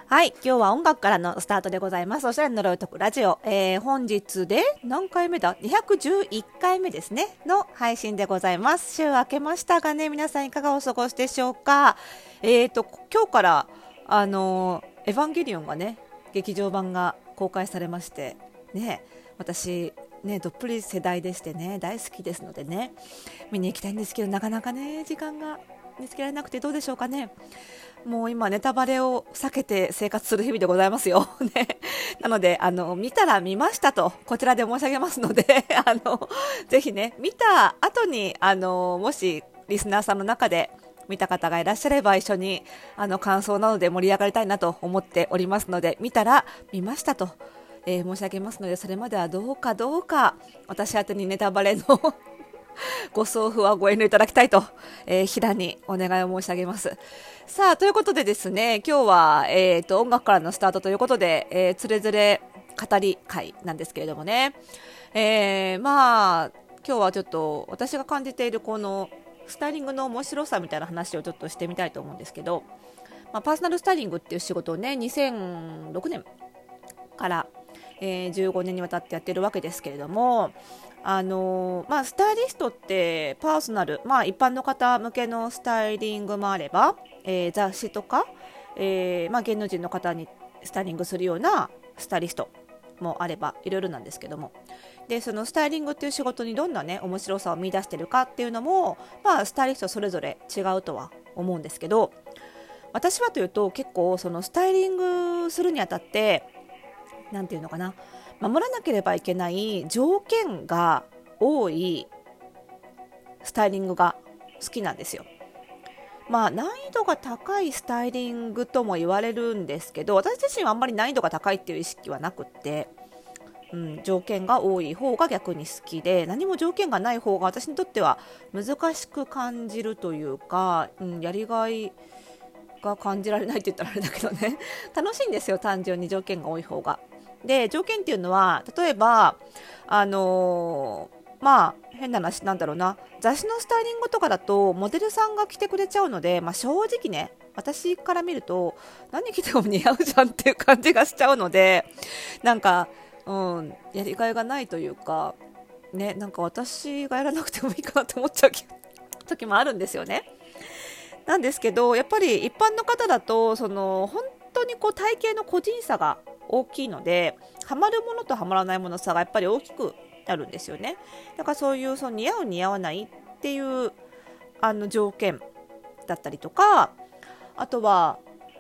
はい、今日は音楽からのスタートでございます。おしゃれの呪いとくラジオ、本日で何回目だ ?211 回目ですねの配信でございます。週明けましたがね、皆さんいかがお過ごしでしょうか。今日からエヴァンゲリオンがね、劇場版が公開されましてね、私ね、どっぷり世代でしてね、大好きですのでね、見に行きたいんですけど、なかなかね、時間が見つけられなくてどうでしょうかね。もう今ネタバレを避けて生活する日々でございますよ、ね、なので見たら見ましたとこちらで申し上げますのでぜひね見た後にもしリスナーさんの中で見た方がいらっしゃれば一緒に感想などで盛り上がりたいなと思っておりますので、見たら見ましたと、申し上げますので、それまではどうか私宛てにネタバレのご送付はご遠慮いただきたいと、平にお願いを申し上げます。さあ、ということでですね、今日は、音楽からのスタートということで、つれづれ語り会なんですけれどもね、まあ今日はちょっと私が感じているこのスタイリングの面白さみたいな話をちょっとしてみたいと思うんですけど、パーソナルスタイリングっていう仕事をね、2006年から、15年にわたってやってるわけですけれども、スタイリストってパーソナル、一般の方向けのスタイリングもあれば、雑誌とか、芸能人の方にスタイリングするようなスタイリストもあればいろいろなんですけども、でそのスタイリングっていう仕事にどんなね面白さを見出してるかっていうのも、スタイリストそれぞれ違うとは思うんですけど、私はというと結構そのスタイリングするにあたってなんていうのかな、守らなければいけない条件が多いスタイリングが好きなんですよ。難易度が高いスタイリングとも言われるんですけど、私自身はあんまり難易度が高いっていう意識はなくって、条件が多い方が逆に好きで、何も条件がない方が私にとっては難しく感じるというか、やりがいが感じられないって言ったらあれだけどね楽しいんですよ、単純に条件が多い方が。で条件っていうのは例えば変な話なんだろうな、雑誌のスタイリングとかだとモデルさんが着てくれちゃうので、正直ね私から見ると何着ても似合うじゃんっていう感じがしちゃうので、なんか、やりがいがないというかね、なんか私がやらなくてもいいかなと思っちゃう時もあるんですよね。なんですけどやっぱり一般の方だとその本当にこう体型の個人差が大きいので、ハマるものとハマらないものの差がやっぱり大きくなるんですよね。だからそういうその似合う似合わないっていう条件だったりとか、あとは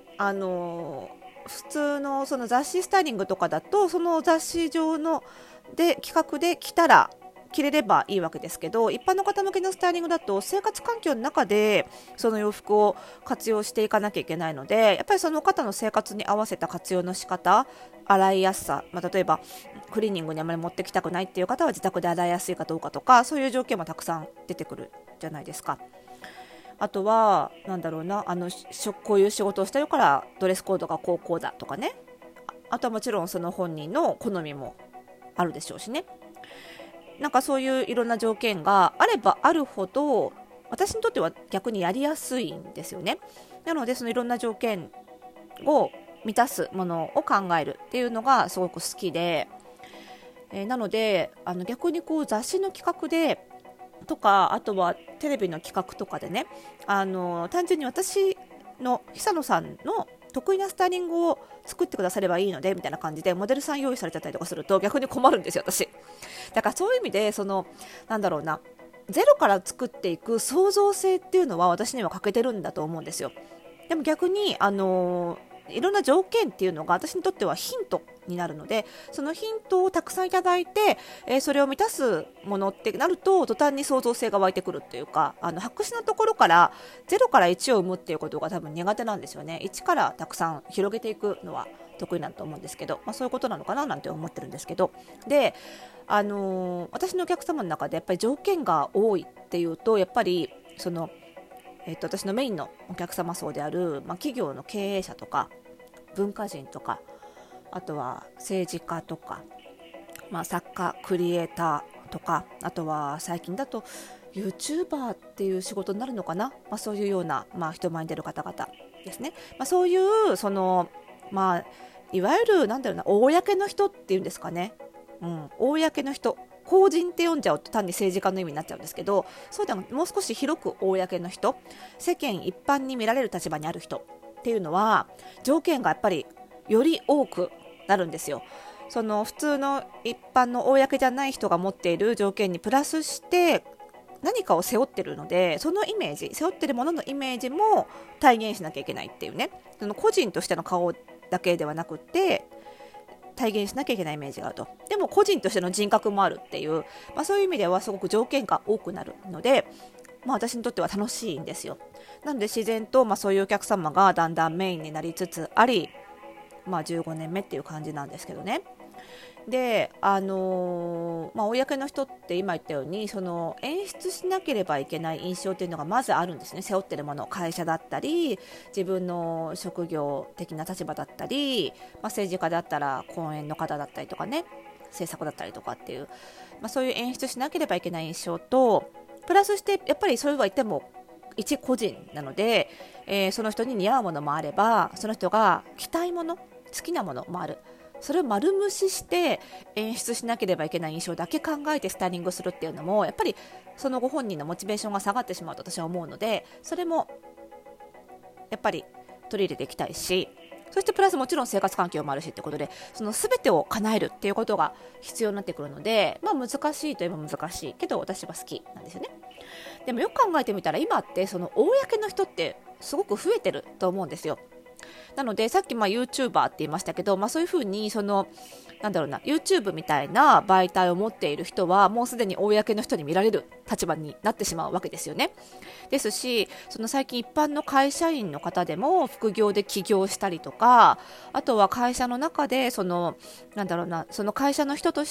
普通のその雑誌スタイリングとかだとその雑誌上ので企画で着たら着れればいいわけですけど、一般の方向けのスタイリングだと生活環境の中でその洋服を活用していかなきゃいけないので、やっぱりその方の生活に合わせた活用の仕方、洗いやすさ、例えばクリーニングにあまり持ってきたくないっていう方は自宅で洗いやすいかどうかとか、そういう条件もたくさん出てくるじゃないですか。あとはなんだろうな、こういう仕事をしてるからドレスコードがこうだとかね、あとはもちろんその本人の好みもあるでしょうしね。なんかそういういろんな条件があればあるほど私にとっては逆にやりやすいんですよね。なのでそのいろんな条件を満たすものを考えるっていうのがすごく好きで、なので逆にこう雑誌の企画でとか、あとはテレビの企画とかでね、単純に私の久野さんの得意なスタイリングを作ってくださればいいのでみたいな感じでモデルさん用意されちゃったりとかすると逆に困るんですよ私。だからそういう意味でなんだろうな、ゼロから作っていく創造性っていうのは私には欠けてるんだと思うんですよ。でも逆にいろんな条件っていうのが私にとってはヒントになるので、そのヒントをたくさんいただいて、それを満たすものってなると途端に創造性が湧いてくるっていうか、白紙のところから0から1を生むっていうことが多分苦手なんですよね。1からたくさん広げていくのは得意なんだと思うんですけど、そういうことなのかななんて思ってるんですけど、で私のお客様の中でやっぱり条件が多いっていうと、やっぱり私のメインのお客様層である、企業の経営者とか文化人とか、あとは政治家とか、作家クリエイターとか、あとは最近だと YouTuber っていう仕事になるのかな、そういうような、人前に出る方々ですね。そういうそのいわゆる公の人っていうんですかね、公の人、公人って読んじゃうと単に政治家の意味になっちゃうんですけど、そうでももう少し広く公の人、世間一般に見られる立場にある人っていうのは条件がやっぱりより多くなるんですよ。その普通の一般の公じゃない人が持っている条件にプラスして何かを背負ってるので、そのイメージ、背負ってるもののイメージも体現しなきゃいけないっていうね、その個人としての顔だけではなくて体現しなきゃいけないイメージがあると。でも個人としての人格もあるっていう、そういう意味ではすごく条件が多くなるので、私にとっては楽しいんですよ。なので自然とそういうお客様がだんだんメインになりつつあり、15年目っていう感じなんですけどね。で、公の人って今言ったようにその演出しなければいけない印象っていうのがまずあるんですね。背負ってるもの、会社だったり自分の職業的な立場だったり、政治家だったら講演の方だったりとかね、政策だったりとかっていう、そういう演出しなければいけない印象とプラスしてやっぱりそれは言っても一個人なので、その人に似合うものもあればその人が着たいもの、好きなものもある。それを丸無視して演出しなければいけない印象だけ考えてスタイリングするっていうのもやっぱりそのご本人のモチベーションが下がってしまうと私は思うので、それもやっぱり取り入れていきたいし、そしてプラスもちろん生活環境もあるしってことで、その全てを叶えるっていうことが必要になってくるので、難しいといえば難しいけど私は好きなんですよね。でもよく考えてみたら今ってその公の人ってすごく増えてると思うんですよ。なのでさっきYouTuber って言いましたけど、そういうふうにそのYouTube みたいな媒体を持っている人はもうすでに公の人に見られる立場になってしまうわけですよね。ですし、その最近一般の会社員の方でも副業で起業したりとか、あとは会社の中でその会社の人として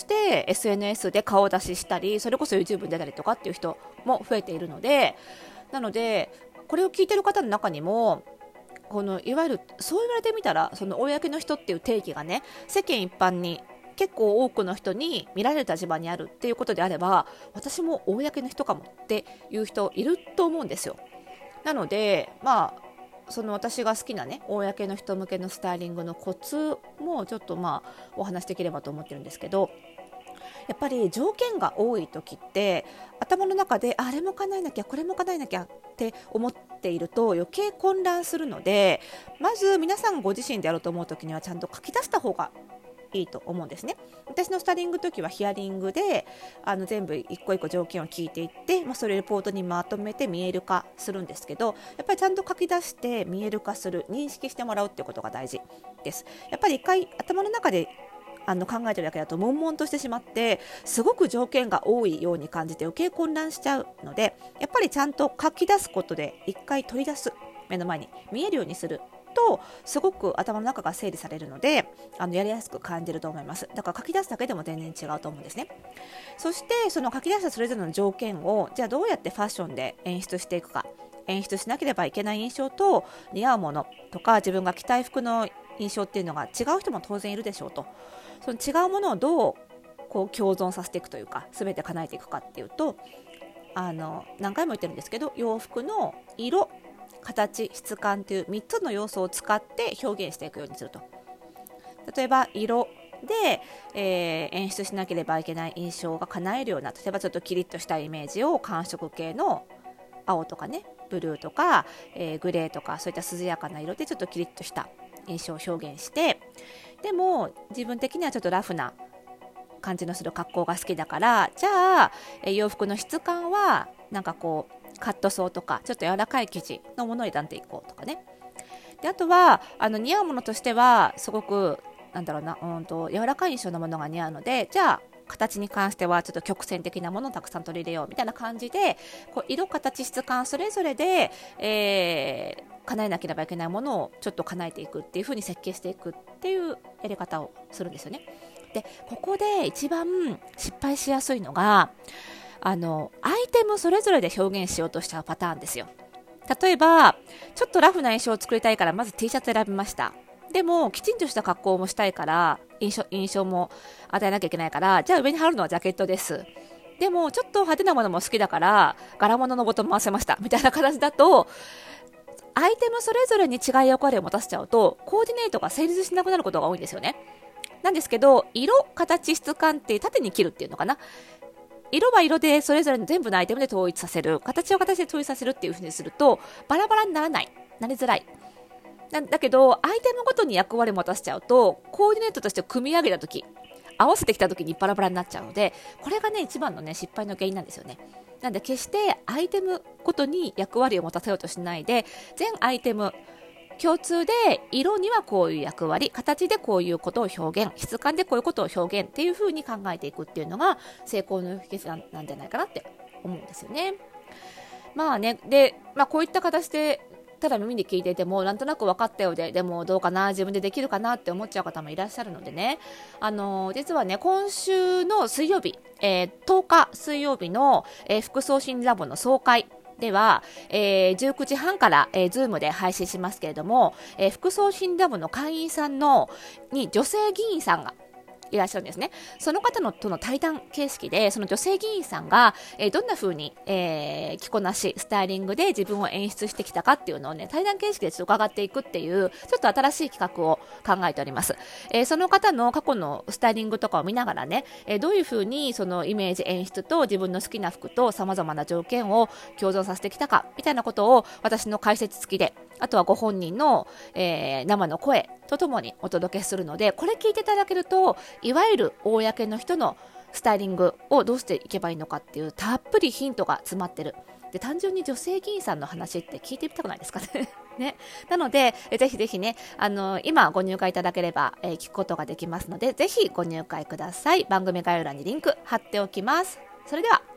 SNS で顔出ししたり、それこそ YouTube に出たりとかっていう人も増えているので、なのでこれを聞いている方の中にもいわゆるそう言われてみたらその公の人っていう定義がね、世間一般に結構多くの人に見られる立場にあるっていうことであれば、私も公の人かもっていう人いると思うんですよ。なのでその私が好きなね公の人向けのスタイリングのコツもちょっとお話しできればと思ってるんですけど、やっぱり条件が多い時って頭の中であれも叶えなきゃこれも叶えなきゃって思っていると余計混乱するので、まず皆さんご自身でやろうと思う時にはちゃんと書き出した方がいいと思うんですね。私のスタイリング時はヒアリングで全部一個一個条件を聞いていって、それをレポートにまとめて見える化するんですけど、やっぱりちゃんと書き出して見える化する、認識してもらうっていうことが大事です。やっぱり一回頭の中で考えてるだけだと悶々としてしまってすごく条件が多いように感じて余計混乱しちゃうので、やっぱりちゃんと書き出すことで一回取り出す、目の前に見えるようにするとすごく頭の中が整理されるのでやりやすく感じると思います。だから書き出すだけでも全然違うと思うんですね。そしてその書き出したそれぞれの条件をじゃあどうやってファッションで演出していくか、演出しなければいけない印象と似合うものとか自分が着たい服の印象っていうのが違う人も当然いるでしょうと。その違うものをどう共存させていくというか全て叶えていくかっていうと、何回も言ってるんですけど、洋服の色、形、質感という3つの要素を使って表現していくようにすると。例えば色で、演出しなければいけない印象が叶えるような、例えばちょっとキリッとしたイメージを寒色系の青とかね、ブルーとか、グレーとかそういった涼やかな色でちょっとキリッとした印象を表現して、でも自分的にはちょっとラフな感じのする格好が好きだから、じゃあ、洋服の質感はカットソーとかちょっと柔らかい生地のものを選んでいこうとかね。であとは似合うものとしてはすごく柔らかい印象のものが似合うので、じゃあ形に関してはちょっと曲線的なものをたくさん取り入れようみたいな感じで、色、形、質感それぞれで、叶えなければいけないものをちょっと叶えていくっていう風に設計していくっていうやり方をするんですよね。でここで一番失敗しやすいのがアイテムそれぞれで表現しようとしちゃうパターンですよ。例えばちょっとラフな印象を作りたいからまず T シャツ選びました。でもきちんとした格好もしたいから印象も与えなきゃいけないから、じゃあ上に貼るのはジャケットです。でもちょっと派手なものも好きだから柄物のボトム合わせましたみたいな形だと、 アイテムそれぞれに違い役割を持たせちゃうとコーディネートが成立しなくなることが多いんですよね。なんですけど、色、形、質感って縦に切るっていうのかな。色は色でそれぞれの全部のアイテムで統一させる、形は形で統一させるっていう風にするとバラバラにならない、なりづらい。だけどアイテムごとに役割を持たせちゃうとコーディネートとして組み上げた時、合わせてきた時にバラバラになっちゃうので、これがね一番のね失敗の原因なんですよね。なんで決してアイテムごとに役割を持たせようとしないで、全アイテム共通で色にはこういう役割、形でこういうことを表現、質感でこういうことを表現っていう風に考えていくっていうのが成功の秘訣なんじゃないかなって思うんですよね。まあね、で、こういった形でただ耳で聞いていてもなんとなく分かったようでもどうかな、自分でできるかなって思っちゃう方もいらっしゃるのでね、実はね今週の水曜日、10日水曜日の、服装心理ラボの総会では、19時半から、Zoom で配信しますけれども、服装心理ラボの会員さんに女性議員さんがいらっしゃるんですね。その方との対談形式で、その女性議員さんが、どんな風に、着こなし、スタイリングで自分を演出してきたかっていうのをね、対談形式でちょっと伺っていくっていう、ちょっと新しい企画を考えております。その方の過去のスタイリングとかを見ながらね、どういう風にそのイメージ演出と自分の好きな服と様々な条件を共存させてきたか、みたいなことを私の解説付きで、あとはご本人の、生の声とともにお届けするので、これ聞いていただけると、いわゆる公の人のスタイリングをどうしていけばいいのかっていうたっぷりヒントが詰まってる。で、単純に女性議員さんの話って聞いてみたくないですかね。ね。なので、ぜひぜひね、今ご入会いただければ、聞くことができますので、ぜひご入会ください。番組概要欄にリンク貼っておきます。それでは。